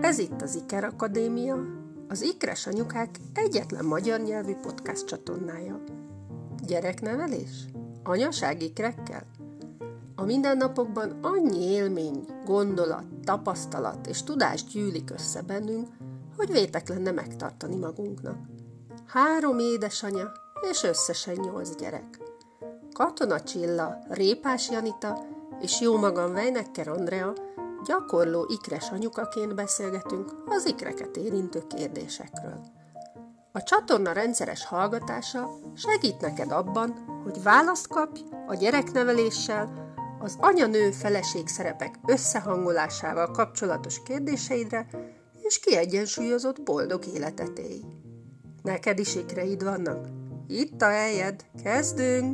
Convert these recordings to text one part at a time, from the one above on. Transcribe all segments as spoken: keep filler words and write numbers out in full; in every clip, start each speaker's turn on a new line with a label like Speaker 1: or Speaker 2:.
Speaker 1: Ez itt az Iker Akadémia, az Ikres Anyukák egyetlen magyar nyelvű podcast csatornája. Gyereknevelés? Anyaság ikrekkel? A mindennapokban annyi élmény, gondolat, tapasztalat és tudás gyűlik össze bennünk, hogy vétek lenne megtartani magunknak. Három édesanya és összesen nyolc gyerek. Katona Csilla, Répás Janita és jómagam Weinecker Andrea gyakorló ikres anyukaként beszélgetünk az ikreket érintő kérdésekről. A csatorna rendszeres hallgatása segít neked abban, hogy választ kapj a gyerekneveléssel, az anya-nő feleség szerepek összehangolásával kapcsolatos kérdéseidre, és kiegyensúlyozott boldog életet élj. Neked is ikreid vannak? Itt a helyed, kezdünk!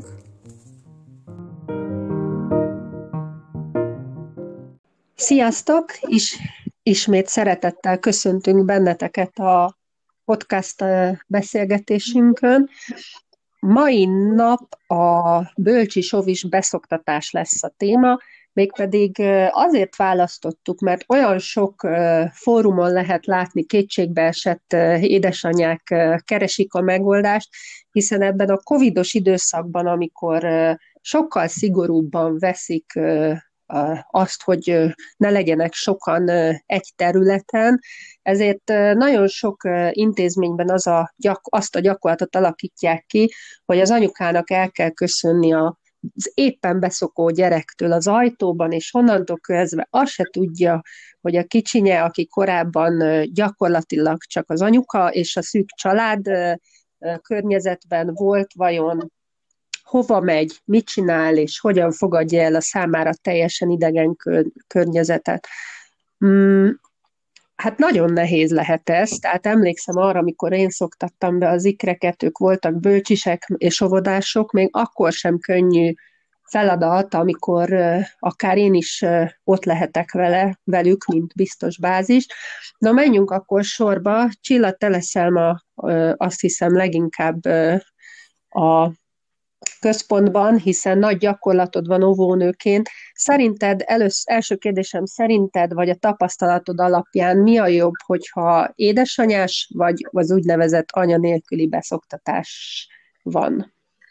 Speaker 1: Sziasztok! Is, ismét szeretettel köszöntünk benneteket a podcast beszélgetésünkön. Mai nap a bölcsi sovis beszoktatás lesz a téma, mégpedig azért választottuk, mert olyan sok fórumon lehet látni kétségbeesett édesanyák keresik a megoldást, hiszen ebben a covidos időszakban, amikor sokkal szigorúbban veszik azt, hogy ne legyenek sokan egy területen, ezért nagyon sok intézményben az a gyak, azt a gyakorlatot alakítják ki, hogy az anyukának el kell köszönni az éppen beszokó gyerektől az ajtóban, és onnantól kezdve azt se tudja, hogy a kicsinye, aki korábban gyakorlatilag csak az anyuka és a szűk család környezetben volt, vajon hova megy, mit csinál, és hogyan fogadja el a számára teljesen idegen környezetet. Hmm, hát nagyon nehéz lehet ez, tehát emlékszem arra, amikor én szoktattam be az ikreket, ők voltak bölcsisek és óvodások, még akkor sem könnyű feladat, amikor uh, akár én is uh, ott lehetek vele, velük, mint biztos bázis. Na, menjünk akkor sorba. Csilla, te leszel ma uh, azt hiszem leginkább uh, a központban, hiszen nagy gyakorlatod van óvónőként. Szerinted, elősz, első kérdésem, szerinted, vagy a tapasztalatod alapján mi a jobb, hogyha édesanyás, vagy az úgynevezett anya nélküli beszoktatás van?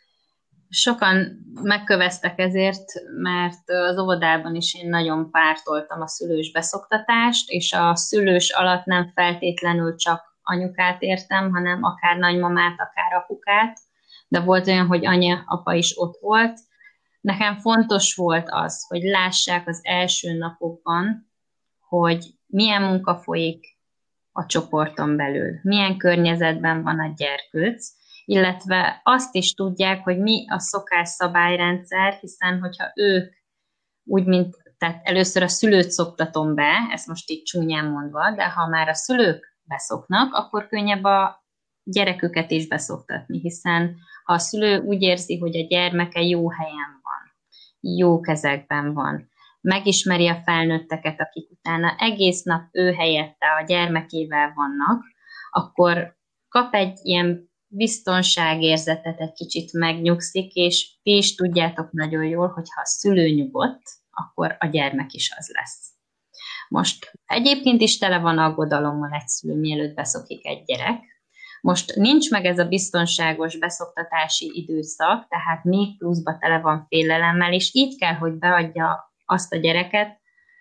Speaker 2: Sokan megköveztek ezért, mert az óvodában is én nagyon pártoltam a szülős beszoktatást, és a szülős alatt nem feltétlenül csak anyukát értem, hanem akár nagymamát, akár apukát, de volt olyan, hogy anya, apa is ott volt. Nekem fontos volt az, hogy lássák az első napokban, hogy milyen munka folyik a csoporton belül, milyen környezetben van a gyerkőc, illetve azt is tudják, hogy mi a szokás-szabályrendszer, hiszen hogyha ők úgy, mint, tehát először a szülőt szoktatom be, ezt most így csúnyán mondva, de ha már a szülők beszoknak, akkor könnyebb a gyereküket is beszoktatni, hiszen ha a szülő úgy érzi, hogy a gyermeke jó helyen van, jó kezekben van, megismeri a felnőtteket, akik utána egész nap ő helyette a gyermekével vannak, akkor kap egy ilyen biztonságérzetet, egy kicsit megnyugszik, és ti is tudjátok nagyon jól, hogy ha a szülő nyugodt, akkor a gyermek is az lesz. Most egyébként is tele van aggodalommal egy szülő, mielőtt beszokik egy gyerek. Most nincs meg ez a biztonságos beszoktatási időszak, tehát még pluszba tele van félelemmel, és így kell, hogy beadja azt a gyereket,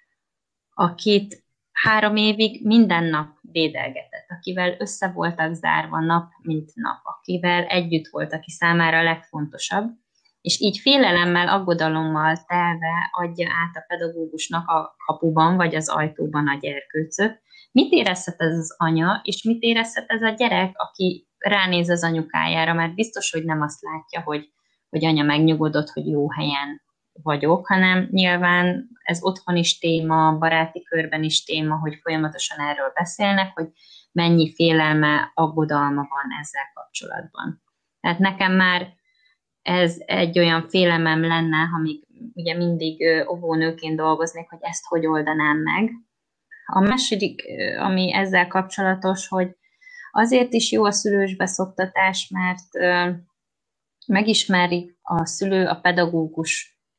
Speaker 2: akit három évig minden nap védelgetett, akivel össze voltak zárva nap, mint nap, akivel együtt volt, aki számára a legfontosabb, és így félelemmel, aggodalommal telve adja át a pedagógusnak a kapuban, vagy az ajtóban a gyerkőcöt. Mit érezhet ez az anya, és mit érezhet ez a gyerek, aki ránéz az anyukájára, mert biztos, hogy nem azt látja, hogy, hogy anya megnyugodott, hogy jó helyen vagyok, hanem nyilván ez otthon is téma, baráti körben is téma, hogy folyamatosan erről beszélnek, hogy mennyi félelme, aggodalma van ezzel kapcsolatban. Tehát nekem már ez egy olyan félelmem lenne, ha még ugye mindig óvónőként dolgoznék, hogy ezt hogy oldanám meg. A második, ami ezzel kapcsolatos, hogy azért is jó a szülős beszoktatás, mert megismeri a szülő a pedagógus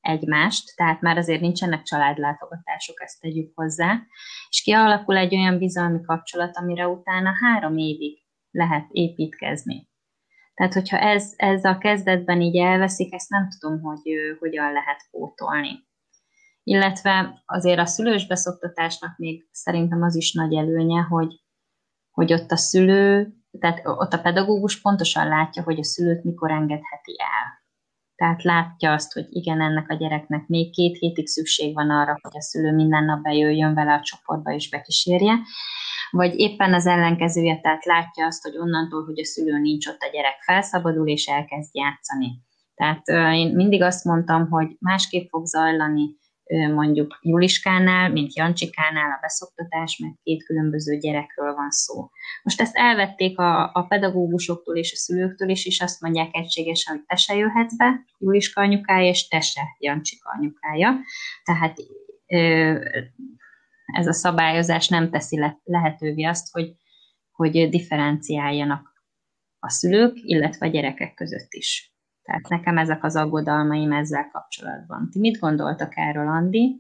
Speaker 2: egymást, tehát már azért nincsenek családlátogatások, ezt tegyük hozzá, és kialakul egy olyan bizalmi kapcsolat, amire utána három évig lehet építkezni. Tehát, hogyha ez, ez a kezdetben így elveszik, ezt nem tudom, hogy ő, hogyan lehet pótolni. Illetve azért a szülős beszoktatásnak még szerintem az is nagy előnye, hogy, hogy ott a szülő, tehát ott a pedagógus pontosan látja, hogy a szülőt mikor engedheti el. Tehát látja azt, hogy igen, ennek a gyereknek még két hétig szükség van arra, hogy a szülő minden nap bejöjjön vele a csoportba és bekísérje, vagy éppen az ellenkezője, tehát látja azt, hogy onnantól, hogy a szülő nincs ott, a gyerek felszabadul és elkezd játszani. Tehát én mindig azt mondtam, hogy másképp fog zajlani mondjuk Juliskánál, mint Jancsikánál a beszoktatás, mert két különböző gyerekről van szó. Most ezt elvették a, a pedagógusoktól és a szülőktől is, és azt mondják egységesen, hogy te se jöhetsz be, Juliska anyukája, és te se Jancsika anyukája. Tehát ez a szabályozás nem teszi le, lehetővé azt, hogy, hogy differenciáljanak a szülők, illetve a gyerekek között is. Tehát nekem ezek az aggodalmaim ezzel kapcsolatban. Ti mit gondoltak erről, Andi?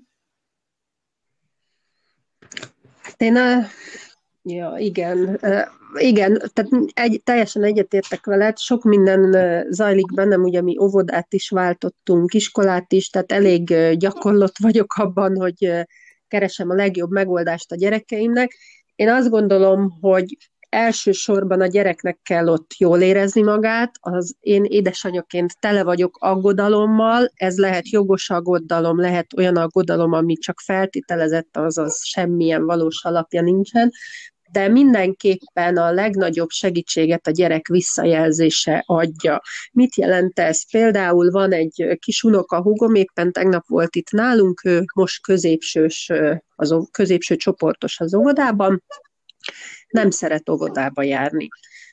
Speaker 1: Én, uh, ja, igen, uh, igen, tehát egy, teljesen egyetértek veled, sok minden uh, zajlik bennem, ugye mi óvodát is váltottunk, iskolát is, tehát elég uh, gyakorlott vagyok abban, hogy uh, keresem a legjobb megoldást a gyerekeimnek. Én azt gondolom, hogy elsősorban a gyereknek kell ott jól érezni magát, az én édesanyaként tele vagyok aggodalommal, ez lehet jogos aggodalom, lehet olyan aggodalom, ami csak feltételezett, azaz semmilyen valós alapja nincsen, de mindenképpen a legnagyobb segítséget a gyerek visszajelzése adja. Mit jelent ez? Például van egy kis unokahúgom, éppen tegnap volt itt nálunk, ő most középsős, az középső csoportos az óvodában, nem szeret óvodába járni.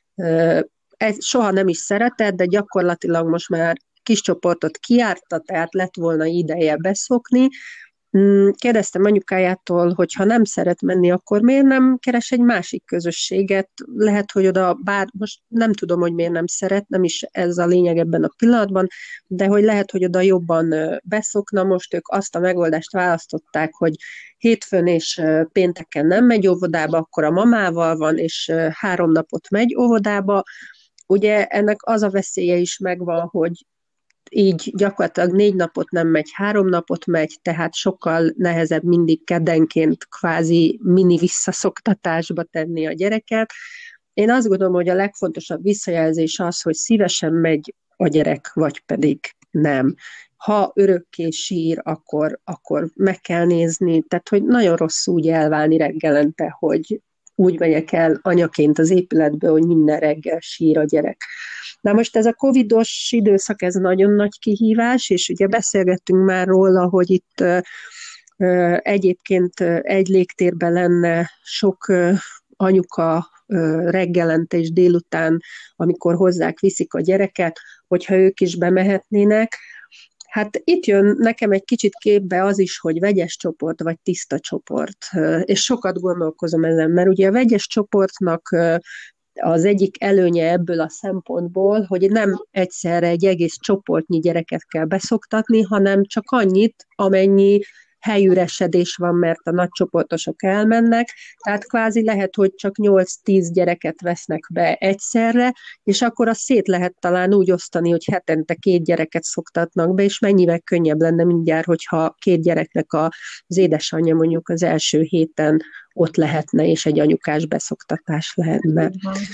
Speaker 1: Ez soha nem is szeretett, de gyakorlatilag most már kis csoportot kijárta, tehát lett volna ideje beszokni. Kérdeztem anyukájától, hogy ha nem szeret menni, akkor miért nem keres egy másik közösséget? Lehet, hogy oda, bár most nem tudom, hogy miért nem szeret, nem is ez a lényeg ebben a pillanatban, de hogy lehet, hogy oda jobban beszokna. Most ők azt a megoldást választották, hogy hétfőn és pénteken nem megy óvodába, akkor a mamával van, és három napot megy óvodába. Ugye ennek az a veszélye is megvan, hogy így gyakorlatilag négy napot nem megy, három napot megy, tehát sokkal nehezebb mindig keddenként kvázi mini visszaszoktatásba tenni a gyereket. Én azt gondolom, hogy a legfontosabb visszajelzés az, hogy szívesen megy a gyerek, vagy pedig nem. Ha örökké sír, akkor, akkor meg kell nézni, tehát hogy nagyon rossz úgy elválni reggelente, hogy úgy megyek el anyaként az épületbe, hogy minden reggel sír a gyerek. Na most ez a covidos időszak, ez nagyon nagy kihívás, és ugye beszélgettünk már róla, hogy itt uh, egyébként uh, egy légtérben lenne sok uh, anyuka uh, reggelente és délután, amikor hozzák, viszik a gyereket, hogyha ők is bemehetnének. Hát itt jön nekem egy kicsit képbe az is, hogy vegyes csoport vagy tiszta csoport, és sokat gondolkozom ezen, mert ugye a vegyes csoportnak az egyik előnye ebből a szempontból, hogy nem egyszerre egy egész csoportnyi gyereket kell beszoktatni, hanem csak annyit, amennyi helyüresedés van, mert a nagycsoportosok elmennek, tehát kvázi lehet, hogy csak nyolc-tíz gyereket vesznek be egyszerre, és akkor azt szét lehet talán úgy osztani, hogy hetente két gyereket szoktatnak be, és mennyivel könnyebb lenne mindjárt, hogyha két gyereknek az édesanyja mondjuk az első héten ott lehetne, és egy anyukás beszoktatás lehetne.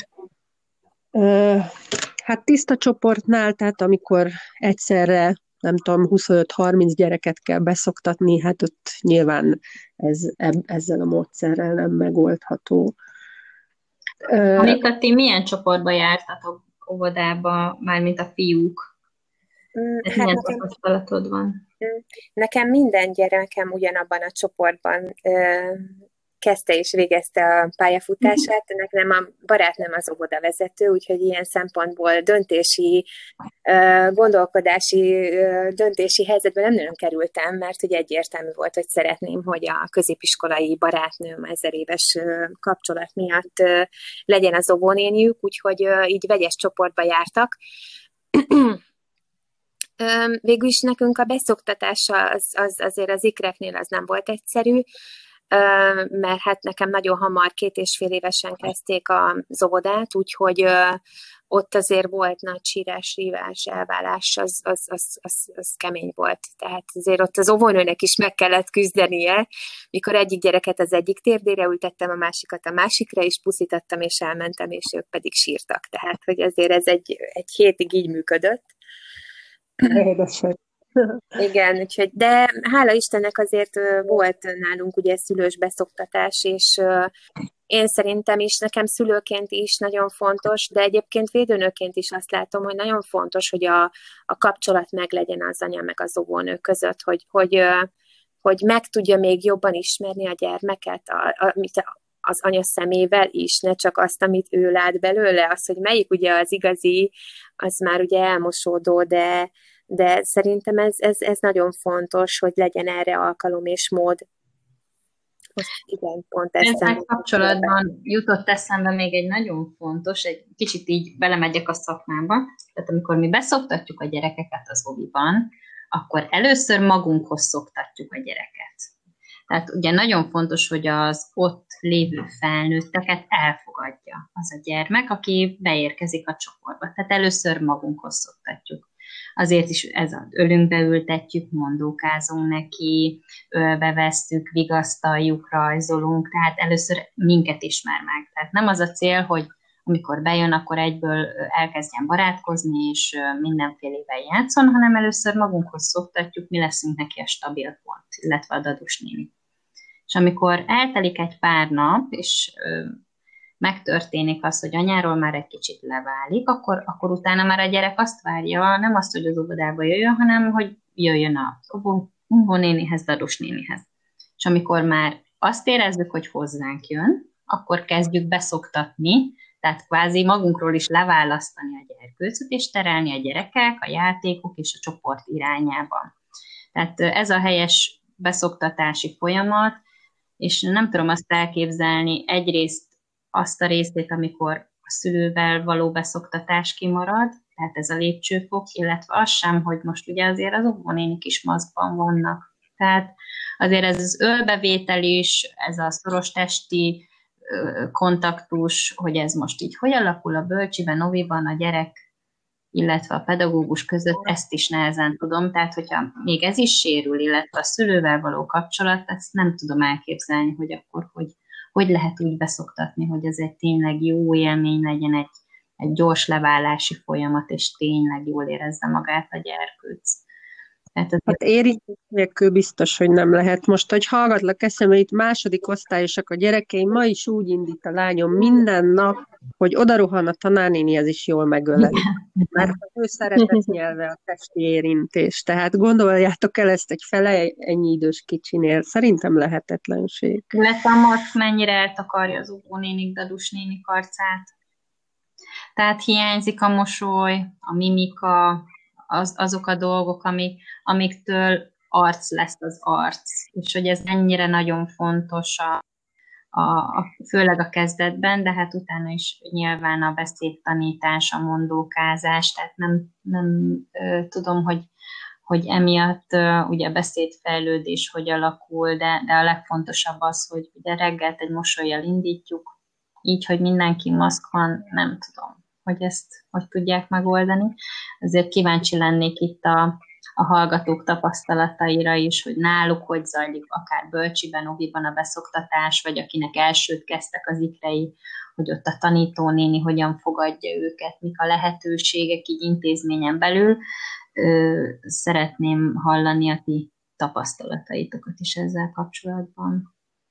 Speaker 1: Hát tiszta csoportnál, tehát amikor egyszerre nem tudom, huszonöt-harminc gyereket kell beszoktatni, hát ott nyilván ez, ezzel a módszerrel nem megoldható.
Speaker 2: Amikor ti milyen csoportba jártatok óvodába, mármint a fiúk? Hát milyen nekem, tapasztalatod van?
Speaker 3: Nekem minden gyerekem ugyanabban a csoportban kezdte és végezte a pályafutását, nekem a barátnőm az óvodavezető, úgyhogy ilyen szempontból döntési, gondolkodási, döntési helyzetben nem nagyon kerültem, mert ugye egyértelmű volt, hogy szeretném, hogy a középiskolai barátnőm ezer éves kapcsolat miatt legyen az óvónéniük, úgyhogy így vegyes csoportba jártak. Öm, Végül is nekünk a beszoktatása az, az azért az ikreknél az nem volt egyszerű, öm, mert hát nekem nagyon hamar, két és fél évesen kezdték az óvodát, úgyhogy ö, ott azért volt nagy sírás, rívás, elválás, az, az, az, az, az kemény volt. Tehát azért ott az óvónőnek is meg kellett küzdenie, mikor egyik gyereket az egyik térdére ültettem, a másikat a másikra, és puszítattam, és elmentem, és ők pedig sírtak. Tehát, hogy azért ez egy, egy hétig így működött.
Speaker 1: Érdekes.
Speaker 3: Igen, úgyhogy, de hála Istennek azért ö, volt nálunk ugye szülős beszoktatás, és ö, én szerintem is, nekem szülőként is nagyon fontos, de egyébként védőnőként is azt látom, hogy nagyon fontos, hogy a, a kapcsolat meglegyen az anya meg az óvónő között, hogy, hogy, ö, hogy meg tudja még jobban ismerni a gyermeket, a, a, amit az anya szemével is, ne csak azt, amit ő lát belőle, az, hogy melyik ugye az igazi, az már ugye elmosódó, de de szerintem ez, ez, ez nagyon fontos, hogy legyen erre alkalom és mód. Most igen, pont
Speaker 2: ezzel kapcsolatban jutott eszembe még egy nagyon fontos, egy kicsit így belemegyek a szakmába, tehát amikor mi beszoktatjuk a gyerekeket az óviban, akkor először magunkhoz szoktatjuk a gyereket. Tehát ugye nagyon fontos, hogy az ott lévő felnőtteket elfogadja az a gyermek, aki beérkezik a csoportba. Tehát először magunkhoz szoktatjuk. Azért is ez az ölünkbe ültetjük, mondókázunk neki, ölbe vesszük, vigasztaljuk, rajzolunk, tehát először minket ismer meg. Tehát nem az a cél, hogy amikor bejön, akkor egyből elkezdjen barátkozni, és mindenfélevel játszon, hanem először magunkhoz szoktatjuk, mi leszünk neki a stabil pont, illetve a dadus néni. És amikor eltelik egy pár nap, és megtörténik az, hogy anyáról már egy kicsit leválik, akkor, akkor utána már a gyerek azt várja, nem azt, hogy az óvodába jöjjön, hanem hogy jöjjön az óvónénihez, dadus nénihez. És amikor már azt érezzük, hogy hozzánk jön, akkor kezdjük beszoktatni, tehát kvázi magunkról is leválasztani a gyerkőcöt, és terelni a gyerekek, a játékok és a csoport irányában. Tehát ez a helyes beszoktatási folyamat, és nem tudom azt elképzelni egyrészt azt a részét, amikor a szülővel való beszoktatás kimarad, tehát ez a lépcsőfok, illetve az sem, hogy most ugye azért az óvónénik is maszkban vannak. Tehát azért ez az ölbevétel is, ez a szoros testi kontaktus, hogy ez most így hogy alakul a bölcsiben, óviban a gyerek, illetve a pedagógus között, ezt is nehezen tudom. Tehát, hogyha még ez is sérül, illetve a szülővel való kapcsolat, ezt nem tudom elképzelni, hogy akkor hogy hogy lehet úgy beszoktatni, hogy ez egy tényleg jó élmény legyen, egy, egy gyors leválási folyamat, és tényleg jól érezze magát a gyerkőc. Tehát ez...
Speaker 1: Hát érintés nélkül biztos, hogy nem lehet. Most, hogy hallgatlak eszembe, itt második osztályosak a gyerekeim, ma is úgy indít a lányom minden nap, hogy odarohan a tanárnéni, az is jól megöleli. Mert az ő szeretett nyelve a testi érintés. Tehát gondoljátok el ezt egy fele ennyi idős kicsinél. Szerintem lehetetlenség.
Speaker 2: Illetve a maszk mennyire eltakarja az óvónénik, dadus nénik arcát. Tehát hiányzik a mosoly, a mimika, az, azok a dolgok, amik, amiktől arc lesz az arc. És hogy ez ennyire nagyon fontos, a, a, a, főleg a kezdetben, de hát utána is nyilván a beszédtanítás, a mondókázás, tehát nem, nem ö, tudom, hogy, hogy emiatt ö, ugye a beszédfejlődés hogy alakul, de, de a legfontosabb az, hogy ugye reggelt egy mosollyal indítjuk, így, hogy mindenki maszk van, nem tudom, hogy ezt hogy tudják megoldani. Azért kíváncsi lennék itt a, a hallgatók tapasztalataira is, hogy náluk hogy zajlik akár bölcsiben, óviban a beszoktatás, vagy akinek elsőt kezdtek az ikrei, hogy ott a tanítónéni hogyan fogadja őket, mik a lehetőségek így intézményen belül. Szeretném hallani a ti tapasztalataitokat is ezzel kapcsolatban.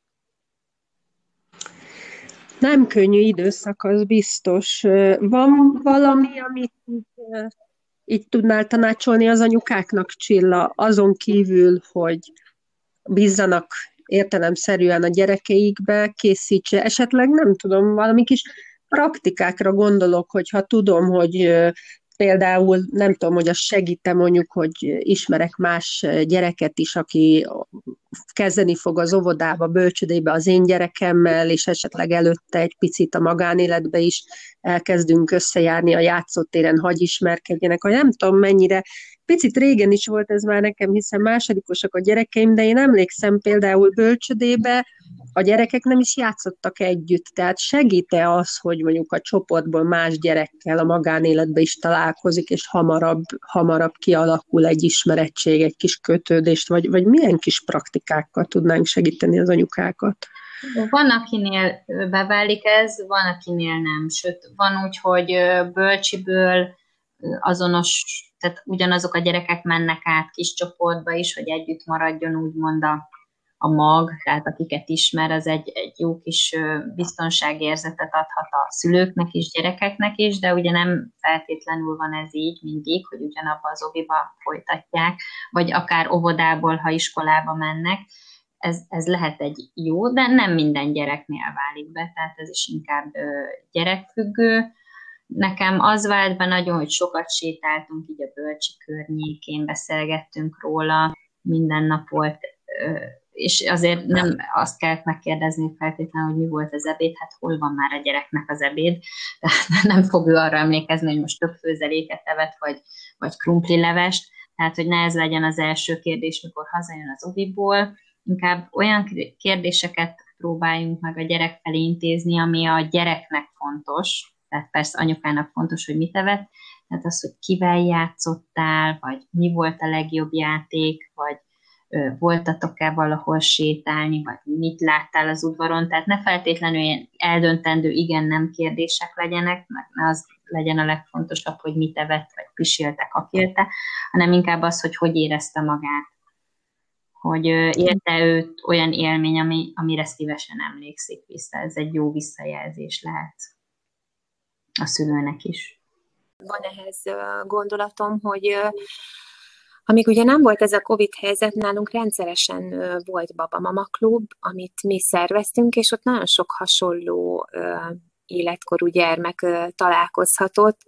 Speaker 1: Nem könnyű időszak, az biztos. Van valami, amit így, így tudnál tanácsolni az anyukáknak, Csilla, azon kívül, hogy bízzanak értelemszerűen a gyerekeikbe, készítse, esetleg nem tudom, valami kis praktikákra gondolok, hogyha tudom, hogy például nem tudom, hogy az segít-e mondjuk, hogy ismerek más gyereket is, aki kezdeni fog az óvodába, bölcsödébe az én gyerekemmel, és esetleg előtte egy picit a magánéletbe is elkezdünk összejárni a játszótéren, hagy ismerkedjenek, hogy nem tudom mennyire, picit régen is volt ez már nekem, hiszen másodikosak a gyerekeim, de én emlékszem például bölcsödébe, a gyerekek nem is játszottak együtt, tehát segít-e az, hogy mondjuk a csoportból más gyerekkel a magánéletben is találkozik, és hamarabb, hamarabb kialakul egy ismerettség, egy kis kötődést, vagy, vagy milyen kis praktikákkal tudnánk segíteni az anyukákat?
Speaker 2: Van, akinél beválik ez, van, akinél nem. Sőt, van úgy, hogy bölcsiből azonos, tehát ugyanazok a gyerekek mennek át kis csoportba is, hogy együtt maradjon úgymond a a mag, tehát akiket ismer, az egy, egy jó kis biztonságérzetet adhat a szülőknek is, gyerekeknek is, de ugye nem feltétlenül van ez így mindig, hogy ugyanabba az oviba folytatják, vagy akár óvodából, ha iskolába mennek. Ez, ez lehet egy jó, de nem minden gyereknél válik be, tehát ez is inkább gyerekfüggő. Nekem az vált be nagyon, hogy sokat sétáltunk így a bölcsi környékén, beszélgettünk róla, minden nap volt, és azért nem azt kellett megkérdezni feltétlenül, hogy mi volt az ebéd, hát hol van már a gyereknek az ebéd, tehát nem fog ő arra emlékezni, hogy most több főzeléket evett, vagy, vagy krumplilevest, tehát hogy ne ez legyen az első kérdés, mikor hazajön az oviból, inkább olyan kérdéseket próbáljunk meg a gyerek felé intézni, ami a gyereknek fontos, tehát persze anyukának fontos, hogy mit evett, tehát az, hogy kivel játszottál, vagy mi volt a legjobb játék, vagy voltatok-e valahol sétálni, vagy mit láttál az udvaron, tehát ne feltétlenül ilyen eldöntendő igen-nem kérdések legyenek, mert ne az legyen a legfontosabb, hogy mit evett, vagy pisiltek, akilte, hanem inkább az, hogy hogy érezte magát, hogy élte őt olyan élmény, ami, amire szívesen emlékszik vissza. Ez egy jó visszajelzés lehet a szülőnek is.
Speaker 3: Van ehhez gondolatom, hogy amíg ugye nem volt ez a Covid helyzet, nálunk rendszeresen volt Baba-Mama Klub, amit mi szerveztünk, és ott nagyon sok hasonló életkorú gyermek találkozhatott,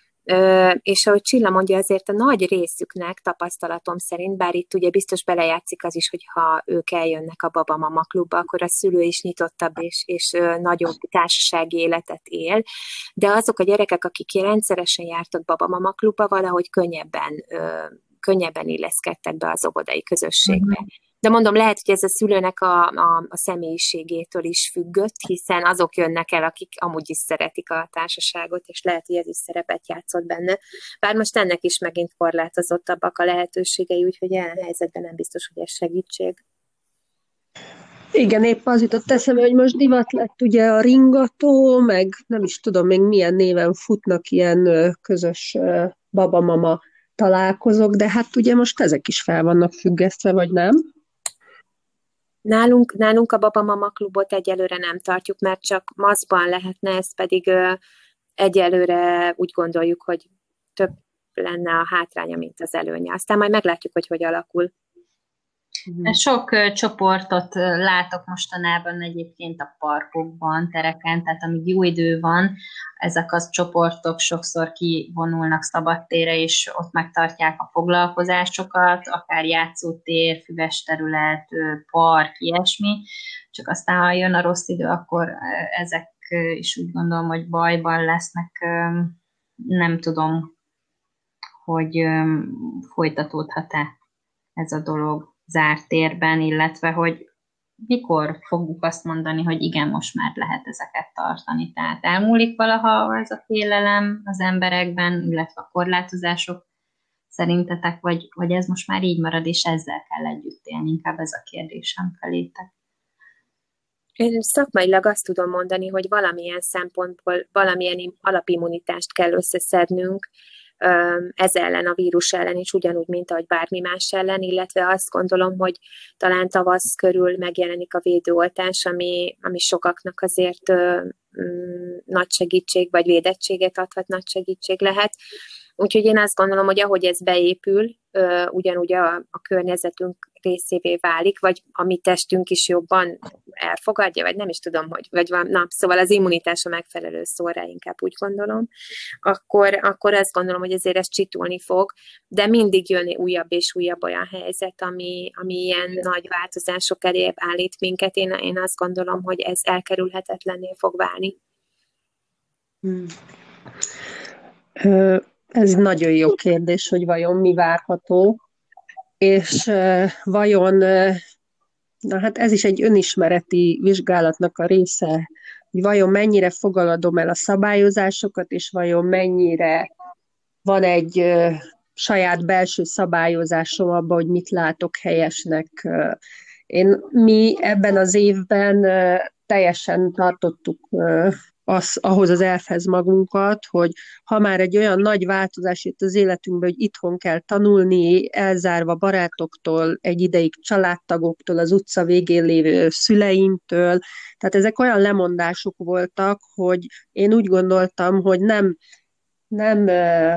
Speaker 3: és ahogy Csilla mondja, azért a nagy részüknek tapasztalatom szerint, bár itt ugye biztos belejátszik az is, hogy ha ők eljönnek a Baba-Mama Klubba, akkor a szülő is nyitottabb és, és nagyobb társasági életet él, de azok a gyerekek, akik rendszeresen jártak Baba-Mama Klubba, valahogy könnyebben könnyebben illeszkedtek be az óvodai közösségbe. Uh-huh. De mondom, lehet, hogy ez a szülőnek a, a, a személyiségétől is függött, hiszen azok jönnek el, akik amúgy is szeretik a társaságot, és lehet, hogy ez is szerepet játszott benne. Bár most ennek is megint korlátozottabbak a lehetőségei, úgyhogy ilyen helyzetben nem biztos, hogy ez segítség.
Speaker 1: Igen, épp az jutott eszembe, hogy most divat lett ugye a ringató, meg nem is tudom még milyen néven futnak ilyen közös baba-mama találkozók, de hát ugye most ezek is fel vannak függesztve, vagy nem?
Speaker 3: Nálunk, nálunk a Baba-Mama Klubot egyelőre nem tartjuk, mert csak maszkban lehetne, ez pedig ö, egyelőre úgy gondoljuk, hogy több lenne a hátránya, mint az előnye. Aztán majd meglátjuk, hogy hogy alakul.
Speaker 2: Sok uh, csoportot uh, látok mostanában egyébként a parkokban, tereken, tehát amíg jó idő van, ezek a csoportok sokszor kivonulnak szabadtérre, és ott megtartják a foglalkozásokat, akár játszótér, füves terület, park, ilyesmi, csak aztán, ha jön a rossz idő, akkor uh, ezek uh, is úgy gondolom, hogy bajban lesznek, uh, nem tudom, hogy um, folytatódhat-e ez a dolog zárt térben, illetve hogy mikor fogjuk azt mondani, hogy igen, most már lehet ezeket tartani. Tehát elmúlik valaha ez a félelem az emberekben, illetve a korlátozások szerintetek, vagy, vagy ez most már így marad, és ezzel kell együtt élni? Inkább ez a kérdésem felétek.
Speaker 3: Én szakmailag azt tudom mondani, hogy valamilyen szempontból valamilyen alapimmunitást kell összeszednünk, ez ellen, a vírus ellen is, ugyanúgy, mint ahogy bármi más ellen, illetve azt gondolom, hogy talán tavasz körül megjelenik a védőoltás, ami, ami sokaknak azért ö, m, nagy segítség, vagy védettséget adhat, nagy segítség lehet. Úgyhogy én azt gondolom, hogy ahogy ez beépül, ugyanúgy a, a környezetünk részévé válik, vagy a mi testünk is jobban elfogadja, vagy nem is tudom, hogy, vagy van, na, szóval az immunitás a megfelelő szóra, inkább úgy gondolom, akkor, akkor azt gondolom, hogy azért ez csitulni fog, de mindig jön újabb és újabb olyan helyzet, ami, ami ilyen nagy változások elé állít minket. Én, én azt gondolom, hogy ez elkerülhetetlenné fog válni.
Speaker 1: Hmm. Ez nagyon jó kérdés, hogy vajon mi várható, és vajon, na hát ez is egy önismereti vizsgálatnak a része, hogy vajon mennyire fogadom el a szabályozásokat, és vajon mennyire van egy saját belső szabályozásom abban, hogy mit látok helyesnek. Én, mi ebben az évben teljesen tartottuk az, ahhoz az elfhez magunkat, hogy ha már egy olyan nagy változás jött az életünkbe, hogy itthon kell tanulni, elzárva barátoktól, egy ideig családtagoktól, az utca végén lévő szüleimtől, tehát ezek olyan lemondások voltak, hogy én úgy gondoltam, hogy nem, nem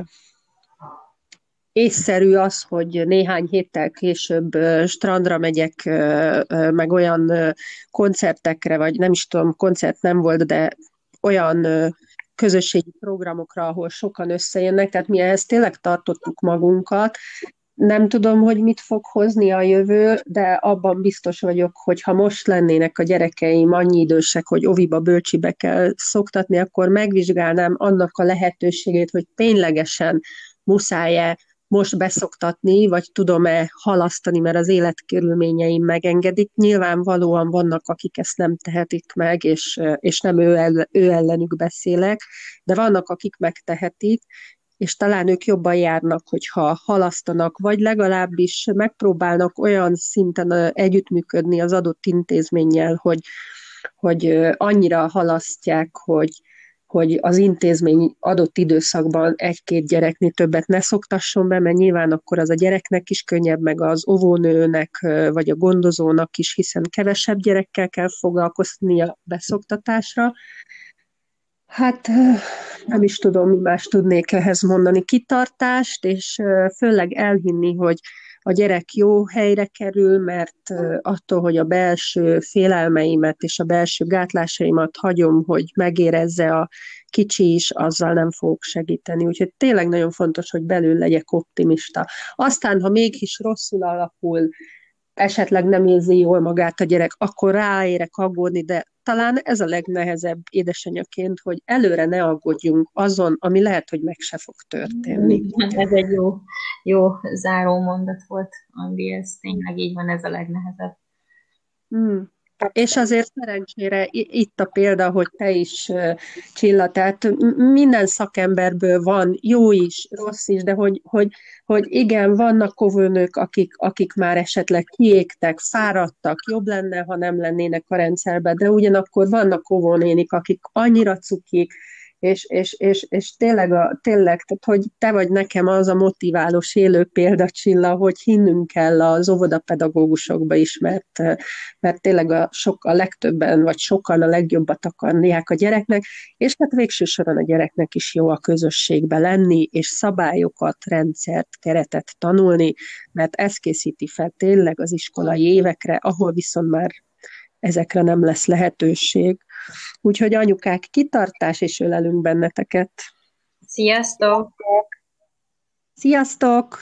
Speaker 1: észszerű az, hogy néhány héttel később strandra megyek, meg olyan koncertekre, vagy nem is tudom, koncert nem volt, de olyan közösségi programokra, ahol sokan összejönnek, tehát mi ehhez tényleg tartottuk magunkat. Nem tudom, hogy mit fog hozni a jövő, de abban biztos vagyok, hogy ha most lennének a gyerekeim annyi idősek, hogy oviba, bölcsibe kell szoktatni, akkor megvizsgálnám annak a lehetőségét, hogy ténylegesen muszáj-e most beszoktatni, vagy tudom-e halasztani, mert az életkörülményeim megengedik. Nyilvánvalóan vannak, akik ezt nem tehetik meg, és, és nem ő, el, ő ellenük beszélek, de vannak, akik megtehetik, és talán ők jobban járnak, hogyha halasztanak, vagy legalábbis megpróbálnak olyan szinten együttműködni az adott intézménnyel, hogy, hogy annyira halasztják, hogy hogy az intézmény adott időszakban egy-két gyereknél többet ne szoktasson be, mert nyilván akkor az a gyereknek is könnyebb, meg az óvónőnek, vagy a gondozónak is, hiszen kevesebb gyerekkel kell foglalkozni a beszoktatásra. Hát nem is tudom, mi más tudnék ehhez mondani. Kitartást, és főleg elhinni, hogy a gyerek jó helyre kerül, mert attól, hogy a belső félelmeimet és a belső gátlásaimat hagyom, hogy megérezze a kicsi is, azzal nem fogok segíteni. Úgyhogy tényleg nagyon fontos, hogy belül legyek optimista. Aztán, ha mégis rosszul alakul, esetleg nem érzi jól magát a gyerek, akkor ráérek aggódni, de talán ez a legnehezebb édesanyaként, hogy előre ne aggódjunk azon, ami lehet, hogy meg se fog történni.
Speaker 2: Ez egy jó, jó záró mondat volt, Andi, ez tényleg így van, ez a legnehezebb.
Speaker 1: Hmm. És azért szerencsére itt a példa, hogy te is, Csilla, tehát minden szakemberből van jó is, rossz is, de hogy, hogy, hogy igen, vannak óvónők, akik, akik már esetleg kiégtek, fáradtak, jobb lenne, ha nem lennének a rendszerben, de ugyanakkor vannak óvónénik, akik annyira cukik, és, és, és, és tényleg, a, tényleg tehát, hogy te vagy nekem az a motiválós élő példa, Csilla, hogy hinnünk kell az óvodapedagógusokba is, mert, mert tényleg a, sok, a legtöbben, vagy sokan a legjobbat akarják a gyereknek, és hát végső soron a gyereknek is jó a közösségbe lenni, és szabályokat, rendszert, keretet tanulni, mert ez készíti fel tényleg az iskolai évekre, ahol viszont már ezekre nem lesz lehetőség. Úgyhogy anyukák, kitartás, és ölelünk benneteket.
Speaker 2: Sziasztok!
Speaker 1: Sziasztok!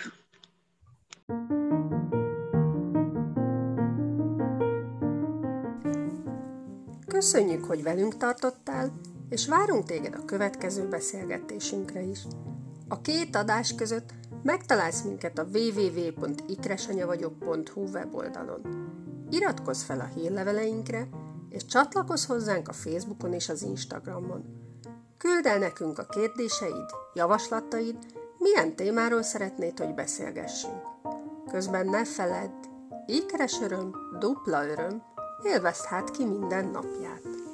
Speaker 1: Köszönjük, hogy velünk tartottál, és várunk téged a következő beszélgetésünkre is. A két adás között megtalálsz minket a double-u double-u double-u pont ikresanyavagyok pont hu weboldalon. Iratkozz fel a hírleveleinkre, és csatlakozz hozzánk a Facebookon és az Instagramon. Küld el nekünk a kérdéseid, javaslataid, milyen témáról szeretnéd, hogy beszélgessünk. Közben ne feledd, ékeres öröm, dupla öröm, élvezd hát ki minden napját!